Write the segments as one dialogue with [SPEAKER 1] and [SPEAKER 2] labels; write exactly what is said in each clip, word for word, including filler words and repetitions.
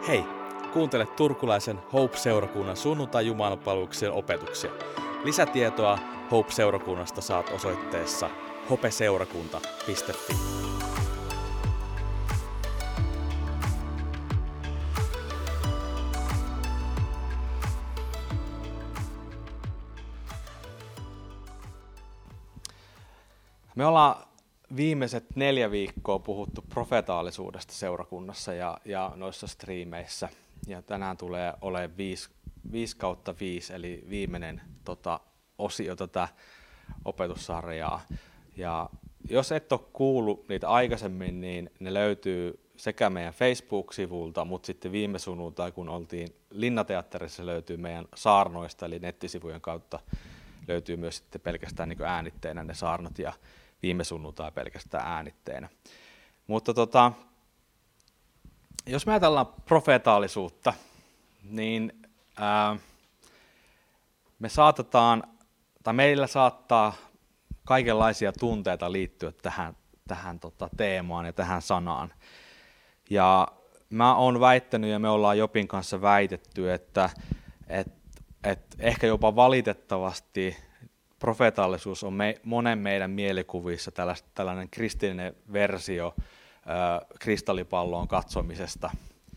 [SPEAKER 1] Hei, kuuntele turkulaisen Hope-seurakunnan sunnuntai-jumalanpalveluksen opetuksia. Lisätietoa Hope-seurakunnasta saat osoitteessa hopeseurakunta piste fi. Me ollaan viimeiset neljä viikkoa puhuttu profetaalisuudesta seurakunnassa ja, ja noissa striimeissä. Ja tänään tulee olemaan viisi kautta viisi, eli viimeinen tota, osio tätä opetussarjaa. Ja jos et ole kuullut niitä aikaisemmin, niin ne löytyy sekä meidän Facebook-sivulta, mutta sitten viime sunnuntai, kun oltiin Linnateatterissa, löytyy meidän saarnoista, eli nettisivujen kautta löytyy myös sitten pelkästään niin kuin äänitteenä ne saarnat ja viime sunnuntai pelkästään äänitteenä. Mutta tota, jos me ajatellaan profetaalisuutta, niin ää, me saatetaan, tai meillä saattaa kaikenlaisia tunteita liittyä tähän, tähän tota teemaan ja tähän sanaan. Ja mä oon väittänyt ja me ollaan Jopin kanssa väitetty, että et, et ehkä jopa valitettavasti profetaalisuus on me, monen meidän mielikuvissa tällainen kristillinen versio ää, kristallipalloon katsomisesta.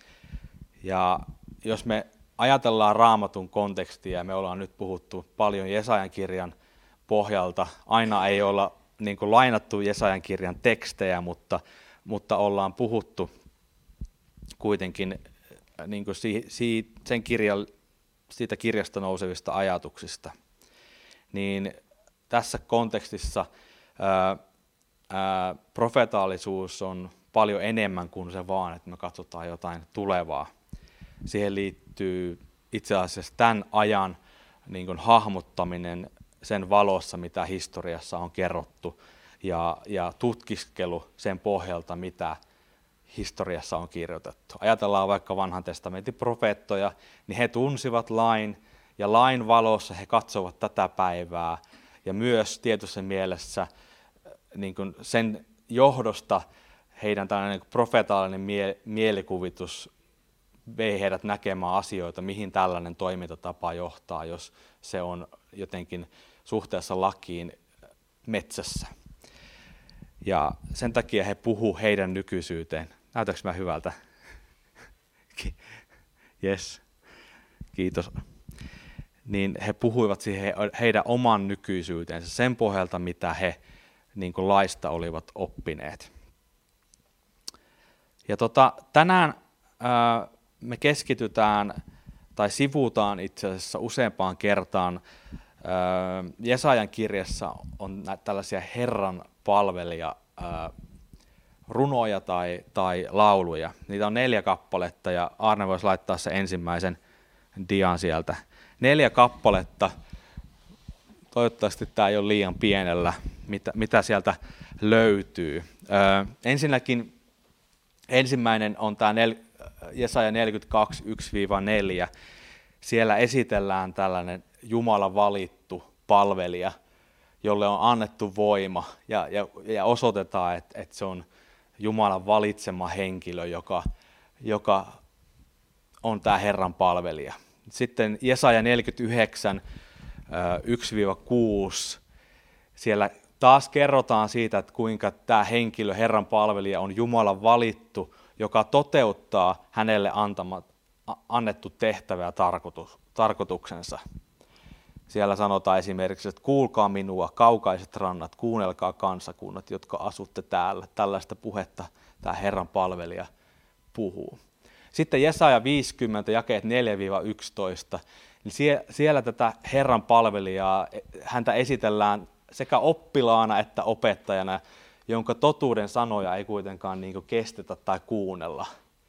[SPEAKER 1] Ja jos me ajatellaan Raamatun kontekstia, me ollaan nyt puhuttu paljon Jesajan kirjan pohjalta, aina ei olla niin kuin lainattu Jesajan kirjan tekstejä, mutta, mutta ollaan puhuttu kuitenkin niin kuin si, si, sen kirjan, siitä kirjasta nousevista ajatuksista. Niin tässä kontekstissa ää, ää, profetaalisuus on paljon enemmän kuin se vaan, että me katsotaan jotain tulevaa. Siihen liittyy itse asiassa tämän ajan niin kuin hahmottaminen sen valossa, mitä historiassa on kerrottu, ja, ja tutkiskelu sen pohjalta, mitä historiassa on kirjoitettu. Ajatellaan vaikka vanhan testamentin profeettoja, niin he tunsivat lain, ja lain valossa he katsovat tätä päivää, ja myös tietyssä mielessä niin kuin sen johdosta heidän tällainen niin profetaalinen mie- mielikuvitus vei heidät näkemään asioita, mihin tällainen toimintatapa johtaa, jos se on jotenkin suhteessa lakiin metsässä. Ja sen takia he puhuu heidän nykyisyyteen. Näytätkö mä hyvältä? Yes. Kiitos. Niin he puhuivat siihen heidän oman nykyisyytensä sen pohjalta, mitä he niin kuin laista olivat oppineet. Ja tota, tänään ää, me keskitytään tai sivutaan itse asiassa useampaan kertaan. Ää, Jesajan kirjassa on näitä tällaisia Herran palvelija ää, runoja tai, tai lauluja. Niitä on neljä kappaletta ja Arne voisi laittaa se ensimmäisen dian sieltä. Neljä kappaletta, toivottavasti tämä ei ole liian pienellä, mitä, mitä sieltä löytyy. Öö, ensinnäkin ensimmäinen on tämä nel, Jesaja neljäkymmentäkaksi yksi neljä. Siellä esitellään tällainen Jumalan valittu palvelija, jolle on annettu voima ja, ja, ja osoitetaan, että, että se on Jumalan valitsema henkilö, joka, joka on tämä Herran palvelija. Sitten Jesaja neljäkymmentäyhdeksän yksi kuusi, siellä taas kerrotaan siitä, että kuinka tämä henkilö, Herran palvelija, on Jumalan valittu, joka toteuttaa hänelle antamat, annettu tehtävä ja tarkoitus, tarkoituksensa. Siellä sanotaan esimerkiksi, että kuulkaa minua, kaukaiset rannat, kuunnelkaa kansakunnat, jotka asutte täällä. Tällaista puhetta tämä Herran palvelija puhuu. Sitten Jesaja viisikymmentä, jakeet neljä yksitoista, niin siellä tätä Herran palvelijaa, häntä esitellään sekä oppilaana että opettajana, jonka totuuden sanoja ei kuitenkaan niin kuin kestetä tai kuunnella.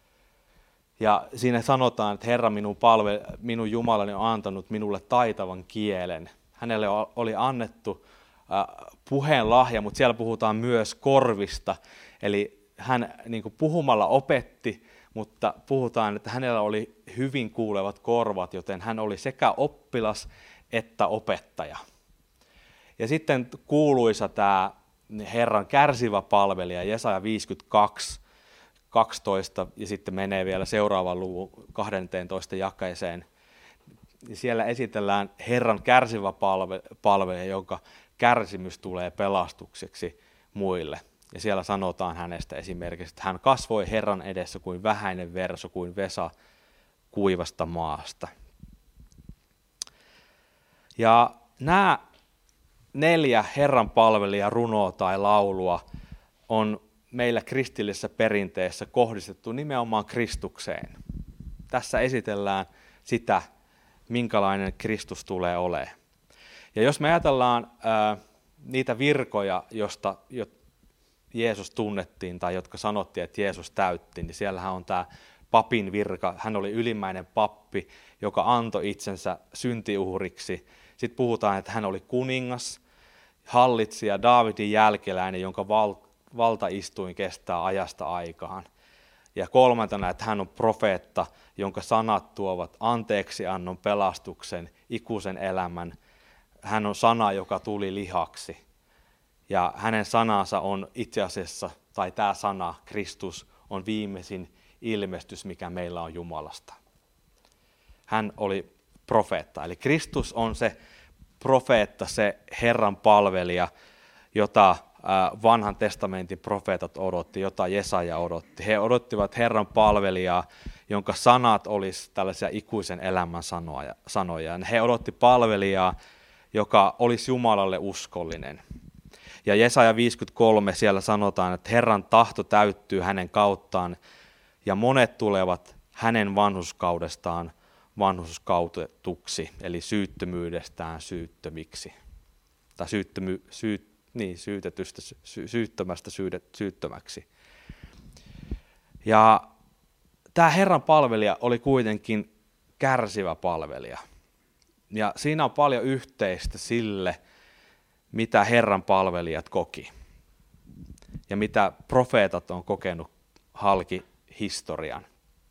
[SPEAKER 1] Ja siinä sanotaan, että Herra minun, palve, minun Jumalani on antanut minulle taitavan kielen. Hänelle oli annettu puheen lahja, mutta siellä puhutaan myös korvista. Eli hän niin kuin puhumalla opetti, mutta puhutaan, että hänellä oli hyvin kuulevat korvat, joten hän oli sekä oppilas että opettaja. Ja sitten kuuluisa tämä Herran kärsivä palvelija, Jesaja viisikymmentäkaksi kaksitoista ja sitten menee vielä seuraavan luvun kahdenteentoista jakeeseen. Siellä esitellään Herran kärsivä palve, palvelija, jonka kärsimys tulee pelastukseksi muille. Ja siellä sanotaan hänestä esimerkiksi, että hän kasvoi Herran edessä kuin vähäinen verso, kuin vesa kuivasta maasta. Ja nämä neljä Herran palvelija runoa tai laulua on meillä kristillisessä perinteessä kohdistettu nimenomaan Kristukseen. Tässä esitellään sitä, minkälainen Kristus tulee olemaan. Ja jos me ajatellaan ää, niitä virkoja, josta jo Jeesus tunnettiin tai jotka sanottiin, että Jeesus täytti, niin siellähän on tämä papin virka. Hän oli ylimmäinen pappi, joka antoi itsensä syntiuhriksi. Sitten puhutaan, että hän oli kuningas, hallitsija, Daavidin jälkeläinen, jonka val- valtaistuin kestää ajasta aikaan. Ja kolmantena, että hän on profeetta, jonka sanat tuovat anteeksiannon, pelastuksen, ikuisen elämän. Hän on sana, joka tuli lihaksi. Ja hänen sanansa on itse asiassa, tai tämä sana, Kristus, on viimeisin ilmestys, mikä meillä on Jumalasta. Hän oli profeetta. Eli Kristus on se profeetta, se Herran palvelija, jota vanhan testamentin profeetat odotti, jota Jesaja odotti. He odottivat Herran palvelijaa, jonka sanat olisi tällaisia ikuisen elämän sanoja. sanoja. He odotti palvelijaa, joka olisi Jumalalle uskollinen. Ja Jesaja viisikymmentäkolme siellä sanotaan, että Herran tahto täyttyy hänen kauttaan, ja monet tulevat hänen vanhuskaudestaan vanhuskautetuksi, eli syyttömyydestään syyttömiksi. Tai syyttömy, syyt, niin, syytetystä sy, syyttömästä syydet, syyttömäksi. Ja tämä Herran palvelija oli kuitenkin kärsivä palvelija. Ja siinä on paljon yhteistä sille, mitä Herran palvelijat koki. Ja mitä profeetat on kokenut halki historian.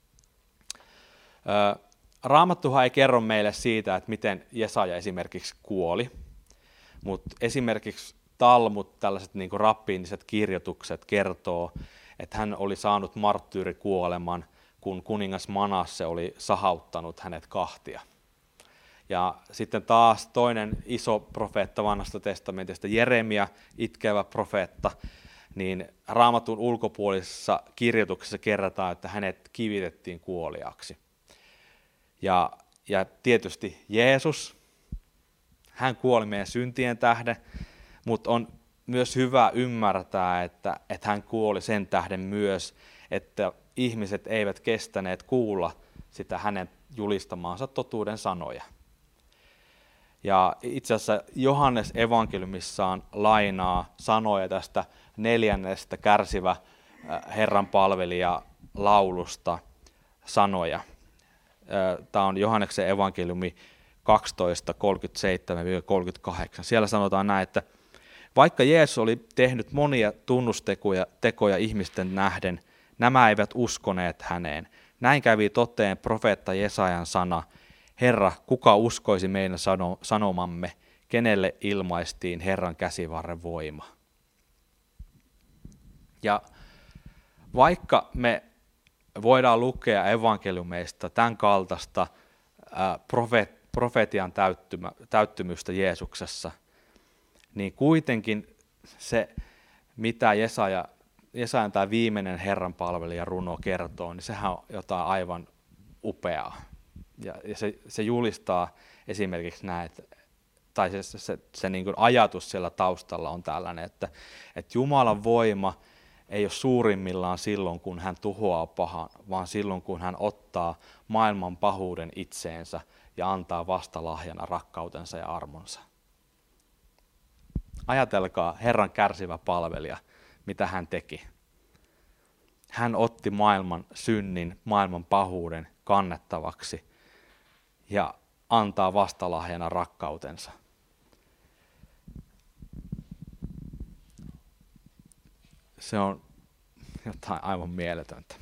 [SPEAKER 1] Raamattuhan ei kerro meille siitä, että miten Jesaja esimerkiksi kuoli, mutta esimerkiksi Talmud, tällaiset niin kuin rabbiiniset kirjoitukset kertoo, että hän oli saanut marttyyrikuoleman, kun kuningas Manasse oli sahauttanut hänet kahtia. Ja sitten taas toinen iso profeetta vanhasta testamentista, Jeremia, itkevä profeetta, niin Raamatun ulkopuolisessa kirjoituksessa kerrotaan, että hänet kivitettiin kuoliaaksi. Ja, ja tietysti Jeesus, hän kuoli meidän syntien tähden, mutta on myös hyvä ymmärtää, että, että hän kuoli sen tähden myös, että ihmiset eivät kestäneet kuulla sitä hänen julistamaansa totuuden sanoja. Ja itse asiassa Johannes evankeliumissaan lainaa sanoja tästä neljännestä kärsivä Herran palvelija laulusta sanoja. Tämä on Johanneksen evankeliumi kaksitoista kolmekymmentäseitsemän kolmekymmentäkahdeksan. Siellä sanotaan näin, että vaikka Jeesus oli tehnyt monia tunnustekoja tekoja ihmisten nähden, nämä eivät uskoneet häneen. Näin kävi toteen profeetta Jesajan sana, Herra, kuka uskoisi meidän sanomamme, kenelle ilmaistiin Herran käsivarren voima. Ja vaikka me voidaan lukea evankeliumeista tämän kaltaista profeet, profetian täyttymä, täyttymystä Jeesuksessa, niin kuitenkin se, mitä Jesaja, Jesajan tämä viimeinen Herran palvelija runo kertoo, niin sehän on jotain aivan upeaa. Ja, ja se, se julistaa esimerkiksi näin, että, tai se, se, se, se niin kuin ajatus siellä taustalla on tällainen, että, että Jumalan voima ei ole suurimmillaan silloin, kun hän tuhoaa pahan, vaan silloin, kun hän ottaa maailman pahuuden itseensä ja antaa vastalahjana rakkautensa ja armonsa. Ajatelkaa Herran kärsivä palvelija, mitä hän teki. Hän otti maailman synnin, maailman pahuuden kannettavaksi ja antaa vastalahjana rakkautensa. Se on jotain aivan mieletöntä.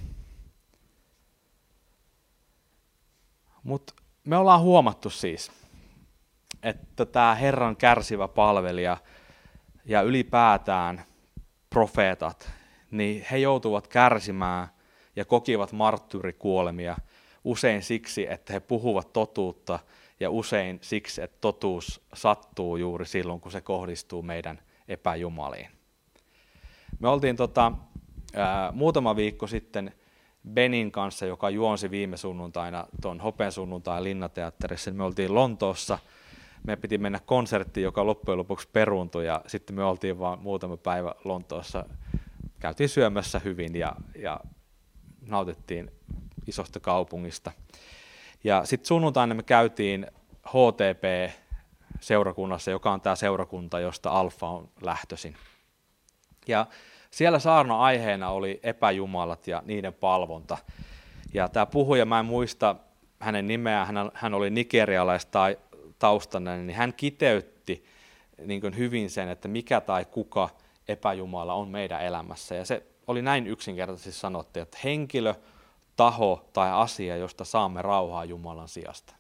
[SPEAKER 1] Mutta me ollaan huomattu siis, että tämä Herran kärsivä palvelija ja ylipäätään profeetat, niin he joutuvat kärsimään ja kokivat marttyyrikuolemia, usein siksi, että he puhuvat totuutta, ja usein siksi, että totuus sattuu juuri silloin, kun se kohdistuu meidän epäjumaliin. Me oltiin tota, ää, muutama viikko sitten Benin kanssa, joka juonsi viime sunnuntaina tuon Hopen sunnuntain Linnateatterissa. Me oltiin Lontoossa, me piti mennä konserttiin, joka loppujen lopuksi peruuntui, ja sitten me oltiin vaan muutama päivä Lontoossa, käytiin syömässä hyvin ja, ja nautittiin isosta kaupungista. Ja sitten sunnuntaina me käytiin H T P-seurakunnassa, joka on tämä seurakunta, josta Alfa on lähtöisin. Ja siellä saarnan aiheena oli epäjumalat ja niiden palvonta. Ja tämä puhuja, mä en muista hänen nimeään, hän, hän oli nigerialaista taustainen, niin hän kiteytti niin kuin hyvin sen, että mikä tai kuka epäjumala on meidän elämässä. Ja se oli näin yksinkertaisesti sanottu, että henkilö, taho tai asia, josta saamme rauhaa Jumalan sijasta.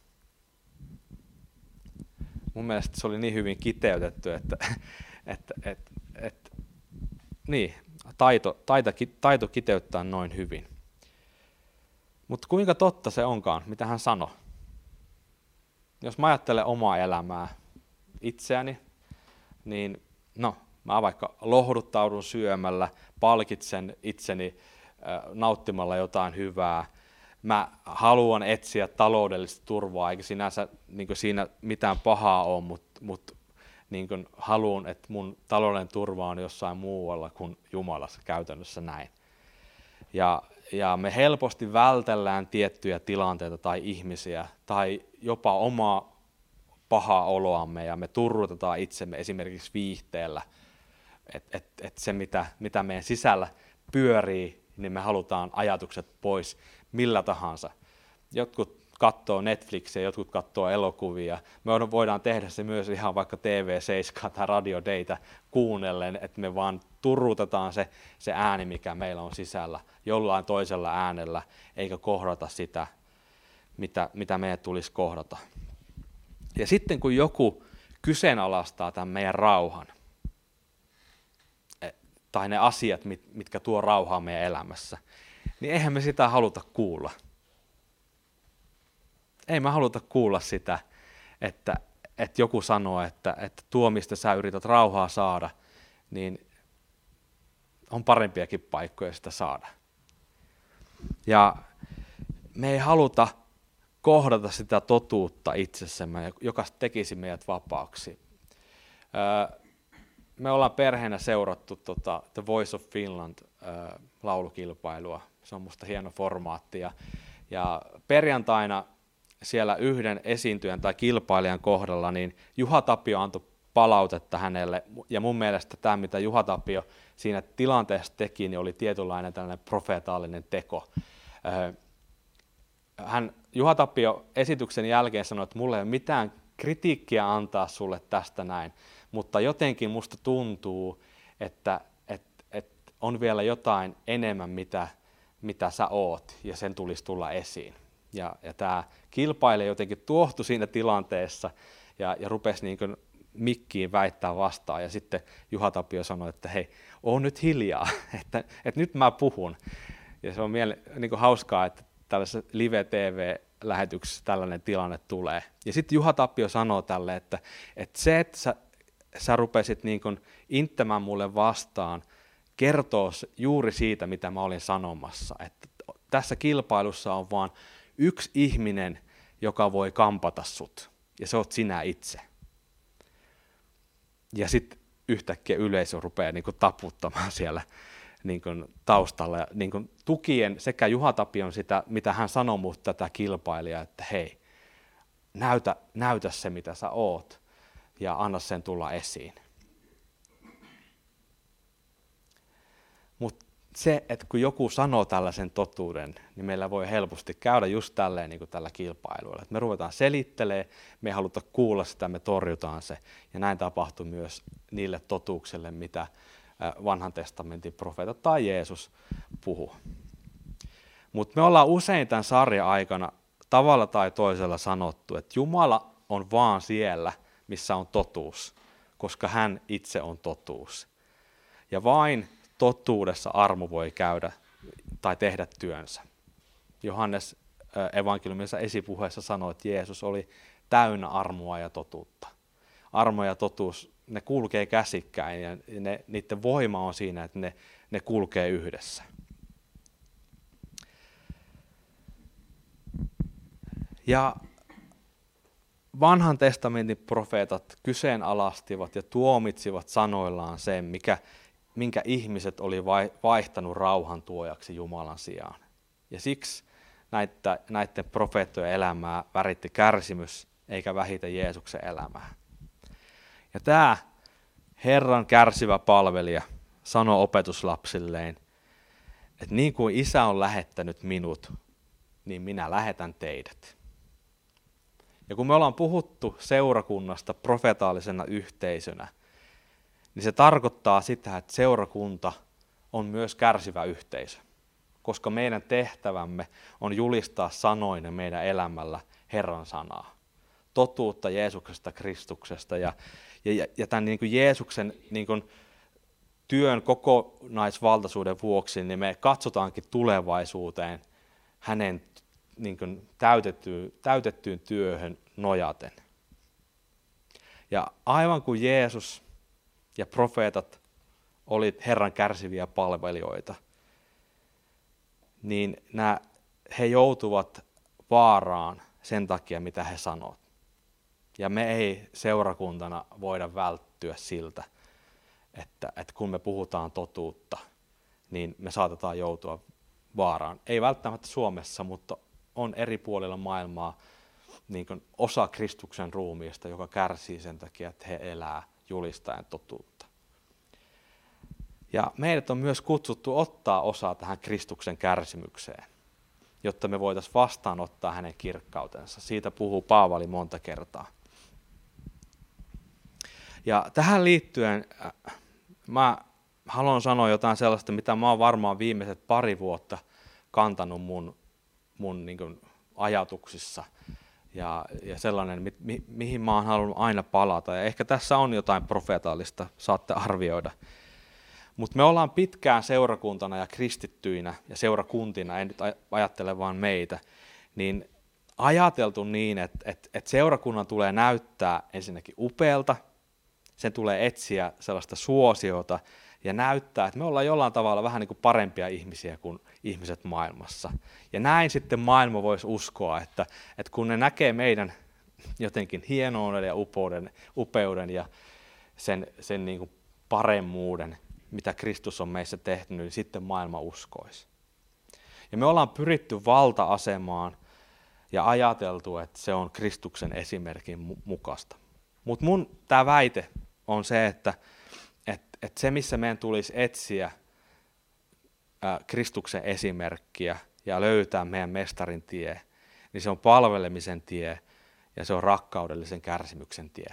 [SPEAKER 1] Mun mielestä se oli niin hyvin kiteytetty, että, että, että, että niin, taito, taito, taito kiteyttää noin hyvin. Mutta kuinka totta se onkaan, mitä hän sanoi? Jos mä ajattelen omaa elämää, itseäni, niin no, mä vaikka lohduttaudun syömällä, palkitsen itseni nauttimalla jotain hyvää. Mä haluan etsiä taloudellista turvaa, eikä sinänsä niin siinä mitään pahaa ole, mutta mut, niin haluan, että mun taloudellinen turva on jossain muualla kuin Jumalassa, käytännössä näin. Ja, ja me helposti vältellään tiettyjä tilanteita tai ihmisiä tai jopa omaa pahaa oloamme ja me turrutetaan itsemme esimerkiksi viihteellä, että et, et se mitä, mitä meidän sisällä pyörii, niin me halutaan ajatukset pois millä tahansa. Jotkut katsoo Netflixiä, jotkut katsoo elokuvia. Me voidaan tehdä se myös ihan vaikka T V seitsemän tai Radio Daytä kuunnellen, että me vaan turrutetaan se, se ääni, mikä meillä on sisällä, jollain toisella äänellä, eikä kohdata sitä, mitä, mitä meidän tulisi kohdata. Ja sitten kun joku kyseenalaistaa tämän meidän rauhan, tai ne asiat, mitkä tuo rauhaa meidän elämässä, niin eihän me sitä haluta kuulla. Ei me haluta kuulla sitä, että, että joku sanoo, että, että tuo, mistä sä yrität rauhaa saada, niin on parempiakin paikkoja sitä saada. Ja me ei haluta kohdata sitä totuutta itsessämme, joka tekisi meidät vapaaksi. Me ollaan perheenä seurattu tota The Voice of Finland äh, laulukilpailua. Se on musta hieno formaatti. Ja, ja perjantaina siellä yhden esiintyjän tai kilpailijan kohdalla niin Juha Tapio antoi palautetta hänelle. Ja mun mielestä tämä, mitä Juha Tapio siinä tilanteessa teki, niin oli tietynlainen tällainen profeetallinen teko. Äh, hän, Juha Tapio esityksen jälkeen sanoi, että mulla ei ole mitään kritiikkiä antaa sulle tästä näin. Mutta jotenkin musta tuntuu, että, että, että on vielä jotain enemmän, mitä, mitä sä oot, ja sen tulisi tulla esiin. Ja, ja tämä kilpailija jotenkin tuohtui siinä tilanteessa, ja, ja rupesi niin kuin mikkiin väittää vastaan. Ja sitten Juha Tapio sanoi, että hei, oo nyt hiljaa, että, että nyt mä puhun. Ja se on miele, niin kuin hauskaa, että tällaisessa live-T V-lähetyksessä tällainen tilanne tulee. Ja sitten Juha Tapio sanoo tälle, että, että se, että sä sä rupesit niin kuin inttämään mulle vastaan, kertoo juuri siitä, mitä mä olin sanomassa. Että tässä kilpailussa on vain yksi ihminen, joka voi kampata sut, ja se oot sinä itse. Ja sitten yhtäkkiä yleisö rupeaa niin kuin taputtamaan siellä niin kuin taustalla, ja niin kuin tukien sekä Juha Tapion sitä, mitä hän sanoi musta tätä kilpailijaa, että hei, näytä, näytä se, mitä sä oot. Ja anna sen tulla esiin. Mutta se, että kun joku sanoo tällaisen totuuden, niin meillä voi helposti käydä just tälleen niin kuin tällä kilpailuilla. Et me ruvetaan selittelemään, me ei haluta kuulla sitä, me torjutaan se. Ja näin tapahtuu myös niille totuuksille, mitä vanhan testamentin profeetat tai Jeesus puhuu. Mutta me ollaan usein tämän sarjan aikana tavalla tai toisella sanottu, että Jumala on vaan siellä, missä on totuus, koska hän itse on totuus. Ja vain totuudessa armo voi käydä tai tehdä työnsä. Johannes evankeliumissa esipuheessa sanoi, että Jeesus oli täynnä armoa ja totuutta. Armo ja totuus, ne kulkee käsikkäin ja ne, niiden voima on siinä, että ne, ne kulkee yhdessä. Ja vanhan testamentin profeetat kyseenalaistivat ja tuomitsivat sanoillaan sen, mikä, minkä ihmiset oli vaihtanut rauhan tuojaksi Jumalan sijaan. Ja siksi näitä, näiden profeettojen elämää väritti kärsimys, eikä vähiten Jeesuksen elämää. Ja tämä Herran kärsivä palvelija sanoi opetuslapsilleen, että niin kuin Isä on lähettänyt minut, niin minä lähetän teidät. Ja kun me ollaan puhuttu seurakunnasta profetaalisena yhteisönä, niin se tarkoittaa sitä, että seurakunta on myös kärsivä yhteisö, koska meidän tehtävämme on julistaa sanoinen meidän elämällä Herran sanaa, totuutta Jeesuksesta, Kristuksesta ja, ja, ja tämän niin kuin Jeesuksen niin kuin työn kokonaisvaltaisuuden vuoksi, niin me katsotaankin tulevaisuuteen hänen niin kuin täytettyyn, täytettyyn työhön nojaten. Ja aivan kuin Jeesus ja profeetat olivat Herran kärsiviä palvelijoita, niin nämä, he joutuvat vaaraan sen takia, mitä he sanovat. Ja me ei seurakuntana voida välttyä siltä, että, että kun me puhutaan totuutta, niin me saatetaan joutua vaaraan. Ei välttämättä Suomessa, mutta on eri puolilla maailmaa niin kuin osa Kristuksen ruumiista, joka kärsii sen takia, että he elää julistaen totuutta. Ja meidät on myös kutsuttu ottaa osaa tähän Kristuksen kärsimykseen, jotta me voitaisiin vastaanottaa hänen kirkkautensa. Siitä puhuu Paavali monta kertaa. Ja tähän liittyen äh, mä haluan sanoa jotain sellaista, mitä mä oon varmaan viimeiset pari vuotta kantanut mun, mun niin kuin ajatuksissa. Ja, ja sellainen, mi, mi, mihin mä oon halunnut aina palata. Ja ehkä tässä on jotain profeetallista, saatte arvioida. Mutta me ollaan pitkään seurakuntana ja kristittyinä ja seurakuntina, en nyt ajattele vaan meitä, niin ajateltu niin, että, että, että seurakunnan tulee näyttää ensinnäkin upealta, sen tulee etsiä sellaista suosiota ja näyttää, että me ollaan jollain tavalla vähän niin kuin parempia ihmisiä kuin ihmiset maailmassa. Ja näin sitten maailma voisi uskoa, että, että kun ne näkee meidän jotenkin hienouden ja upeuden, upeuden ja sen, sen niin kuin paremmuuden, mitä Kristus on meissä tehnyt, niin sitten maailma uskoisi. Ja me ollaan pyritty valta-asemaan ja ajateltu, että se on Kristuksen esimerkin mukaista. Mutta mun tämä väite on se, että et, et se, missä meidän tulisi etsiä ää, Kristuksen esimerkkiä ja löytää meidän mestarin tie, niin se on palvelemisen tie ja se on rakkaudellisen kärsimyksen tie.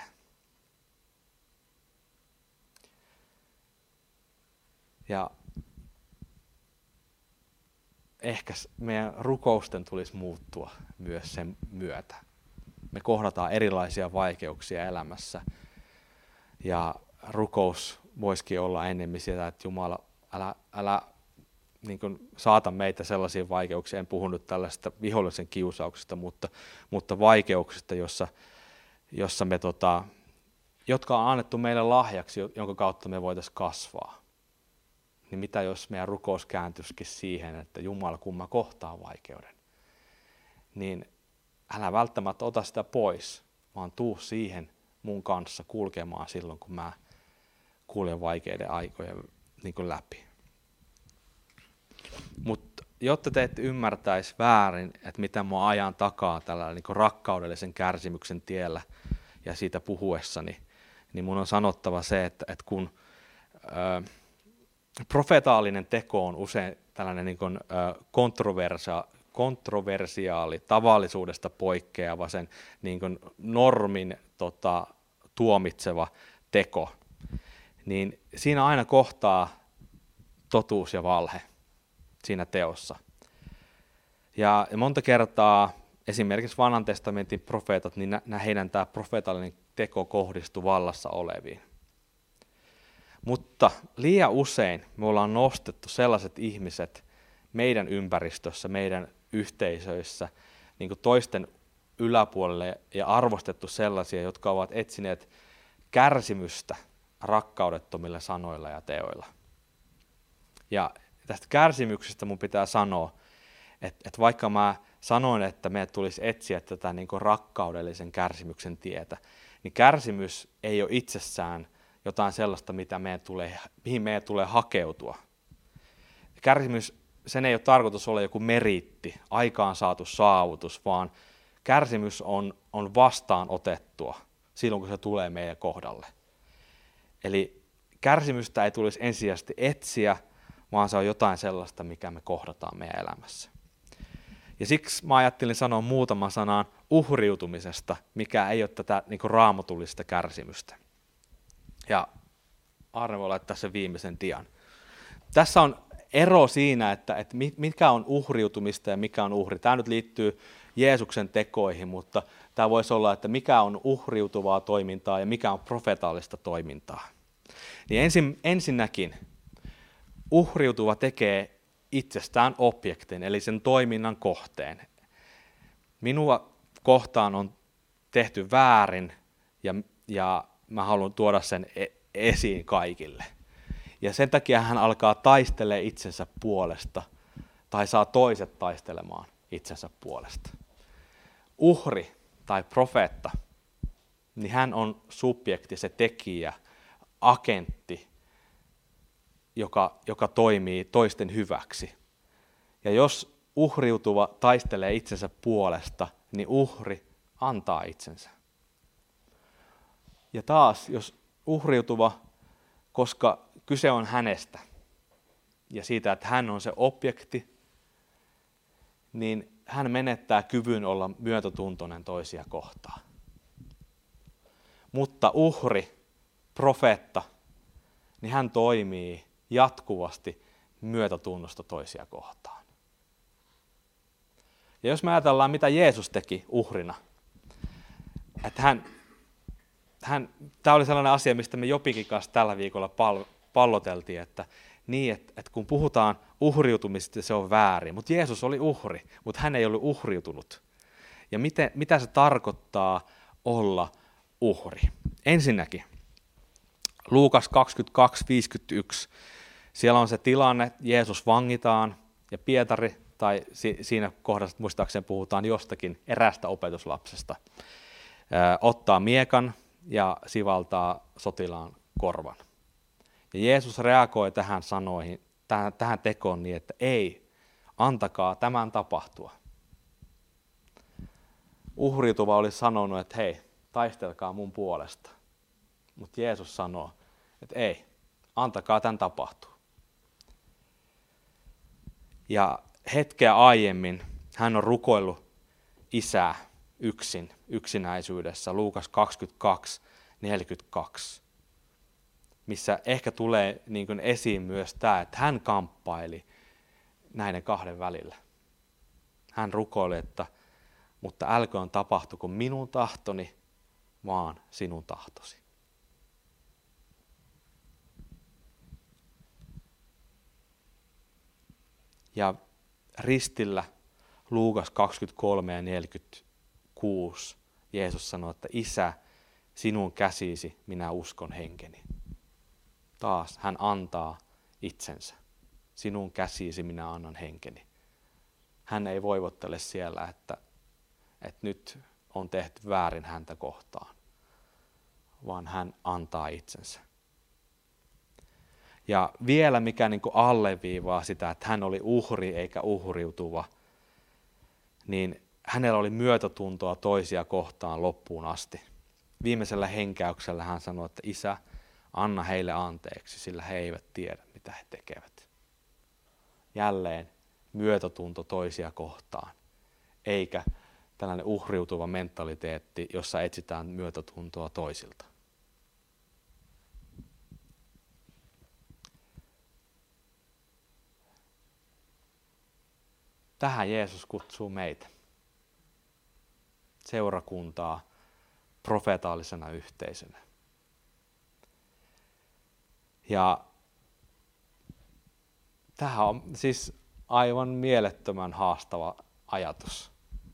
[SPEAKER 1] Ja ehkä meidän rukousten tulisi muuttua myös sen myötä. Me kohdataan erilaisia vaikeuksia elämässä ja rukous voisikin olla enemmän sitä, että Jumala, älä, älä niin kuin saata meitä sellaisiin vaikeuksiin, en puhu nyt tällaista vihollisen kiusauksista, mutta, mutta vaikeuksista, jossa, jossa me, tota, jotka on annettu meille lahjaksi, jonka kautta me voitaisiin kasvaa. Niin mitä jos meidän rukous kääntyisikin siihen, että Jumala, kun mä kohtaan vaikeuden, niin älä välttämättä ota sitä pois, vaan tuu siihen mun kanssa kulkemaan silloin, kun mä kuljen vaikeiden aikojen niin kuin läpi. Mutta jotta te ette ymmärtäisi väärin, että mitä mä ajan takaa tällä niin kuin rakkaudellisen kärsimyksen tiellä ja siitä puhuessani, niin mun on sanottava se, että, että kun ö, profetaalinen teko on usein tällainen niin kuin, ö, kontroversia, kontroversiaali, tavallisuudesta poikkeava, sen niin kuin normin tota, tuomitseva teko, niin siinä aina kohtaa totuus ja valhe siinä teossa. Ja monta kertaa esimerkiksi vanhan testamentin profeetat, niin nä, heidän tämä profeetallinen teko kohdistui vallassa oleviin. Mutta liian usein me ollaan nostettu sellaiset ihmiset meidän ympäristössä, meidän yhteisöissä niin kuin toisten yläpuolelle ja arvostettu sellaisia, jotka ovat etsineet kärsimystä rakkaudettomilla sanoilla ja teoilla. Ja tästä kärsimyksestä mun pitää sanoa, että, että vaikka mä sanoin, että meidän tulisi etsiä tätä niin kuin rakkaudellisen kärsimyksen tietä, niin kärsimys ei ole itsessään jotain sellaista, mitä meidän tulee, mihin meidän tulee hakeutua. Kärsimys, sen ei ole tarkoitus olla joku meriitti, aikaan saatu saavutus, vaan kärsimys on, on vastaanotettua silloin, kun se tulee meidän kohdalle. Eli kärsimystä ei tulisi ensisijaisesti etsiä, vaan se on jotain sellaista, mikä me kohdataan meidän elämässä. Ja siksi mä ajattelin sanoa muutaman sanan uhriutumisesta, mikä ei ole tätä niin kuin raamatullista kärsimystä. Ja Arne voi laittaa sen viimeisen dian. Tässä on ero siinä, että, että mikä on uhriutumista ja mikä on uhri. Tämä nyt liittyy Jeesuksen tekoihin, mutta tämä voisi olla, että mikä on uhriutuvaa toimintaa ja mikä on profetaalista toimintaa. Niin ensin, ensinnäkin uhriutuva tekee itsestään objektin, eli sen toiminnan kohteen. Minua kohtaan on tehty väärin ja, ja mä haluan tuoda sen e- esiin kaikille. Ja sen takia hän alkaa taistelemaan itsensä puolesta tai saa toiset taistelemaan itsensä puolesta. Uhri tai profeetta, niin hän on subjekti, se tekijä, agentti, joka, joka toimii toisten hyväksi. Ja jos uhriutuva taistelee itsensä puolesta, niin uhri antaa itsensä. Ja taas, jos uhriutuva, koska kyse on hänestä ja siitä, että hän on se objekti, niin hän menettää kyvyn olla myötätuntoinen toisia kohtaan. Mutta uhri, profeetta, niin hän toimii jatkuvasti myötätunnosta toisia kohtaan. Ja jos me ajatellaan, mitä Jeesus teki uhrina, että hän, hän, tämä oli sellainen asia, mistä me Jopikin kanssa tällä viikolla pal- palloteltiin, että, niin, että, että kun puhutaan uhriutumista, se on väärin, mutta Jeesus oli uhri, mutta hän ei ollut uhriutunut. Ja miten, mitä se tarkoittaa olla uhri? Ensinnäkin, Luukas kaksikymmentäkaksi viisikymmentäyksi, siellä on se tilanne, Jeesus vangitaan ja Pietari, tai si- siinä kohdassa muistaakseni puhutaan jostakin erästä opetuslapsesta, ää, ottaa miekan ja sivaltaa sotilaan korvan. Ja Jeesus reagoi tähän sanoihin, tähän, tähän tekoon niin, että ei, antakaa tämän tapahtua. Uhriutuva oli sanonut, että hei, taistelkaa mun puolesta. Mutta Jeesus sanoo, että ei, antakaa tämän tapahtua. Ja hetkeä aiemmin hän on rukoillut Isää yksin, yksinäisyydessä, Luukas kaksikymmentäkaksi neljäkymmentäkaksi, missä ehkä tulee niin kuin esiin myös tämä, että hän kamppaili näiden kahden välillä. Hän rukoili, että mutta älköön tapahtuko minun tahtoni, vaan sinun tahtosi. Ja ristillä Luukas kaksikymmentäkolme ja neljäkymmentäkuusi Jeesus sanoi, että Isä, sinun käsisi minä uskon henkeni. Taas hän antaa itsensä. Sinun käsisi minä annan henkeni. Hän ei voivottele siellä, että, että nyt on tehty väärin häntä kohtaan, vaan hän antaa itsensä. Ja vielä mikä niin kuin alleviivaa sitä, että hän oli uhri eikä uhriutuva, niin hänellä oli myötätuntoa toisia kohtaan loppuun asti. Viimeisellä henkäyksellä hän sanoi, että Isä, anna heille anteeksi, sillä he eivät tiedä, mitä he tekevät. Jälleen myötätunto toisia kohtaan, eikä tällainen uhriutuva mentaliteetti, jossa etsitään myötätuntoa toisilta. Tähän Jeesus kutsuu meitä, seurakuntaa, profetaalisena yhteisönä. Ja tähän on, siis aivan mielettömän haastava ajatus.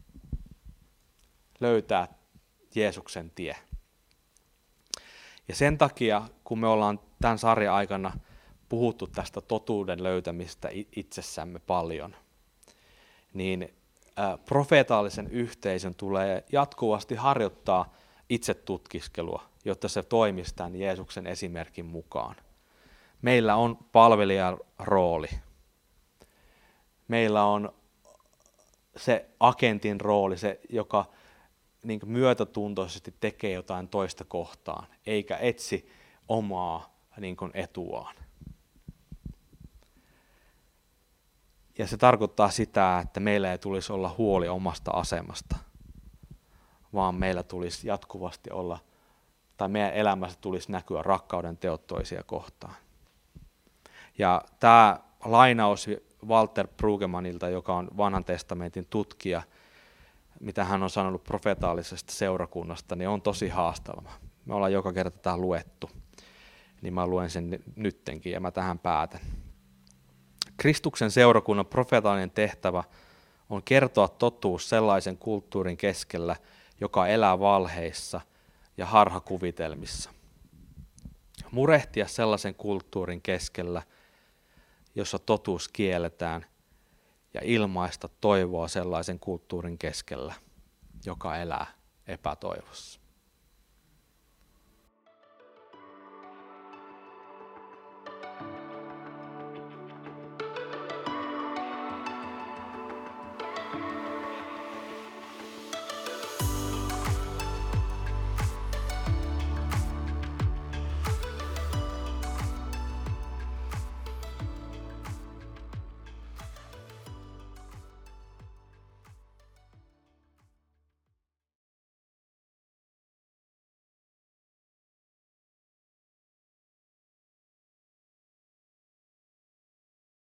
[SPEAKER 1] Löytää Jeesuksen tie. Ja sen takia, kun me ollaan tämän sarjan aikana puhuttu tästä totuuden löytämistä itsessämme paljon, niin profeetallisen yhteisön tulee jatkuvasti harjoittaa itsetutkiskelua, jotta se toimisi tämän Jeesuksen esimerkin mukaan. Meillä on palvelijan rooli. Meillä on se agentin rooli, se, joka niin kuin myötätuntoisesti tekee jotain toista kohtaan, eikä etsi omaa niin kuin etuaan. Ja se tarkoittaa sitä, että meillä ei tulisi olla huoli omasta asemasta, vaan meillä tulisi jatkuvasti olla, tai meidän elämässä tulisi näkyä rakkauden teot toisia kohtaan. Ja tämä lainaus Walter Brueggemannilta, joka on vanhan testamentin tutkija, mitä hän on sanonut profetaalisesta seurakunnasta, niin on tosi haastava. Me ollaan joka kerta tämä luettu, niin mä luen sen nyttenkin ja mä tähän päätän. Kristuksen seurakunnan profeetallinen tehtävä on kertoa totuus sellaisen kulttuurin keskellä, joka elää valheissa ja harhakuvitelmissa. Murehtia sellaisen kulttuurin keskellä, jossa totuus kielletään, ja ilmaista toivoa sellaisen kulttuurin keskellä, joka elää epätoivossa.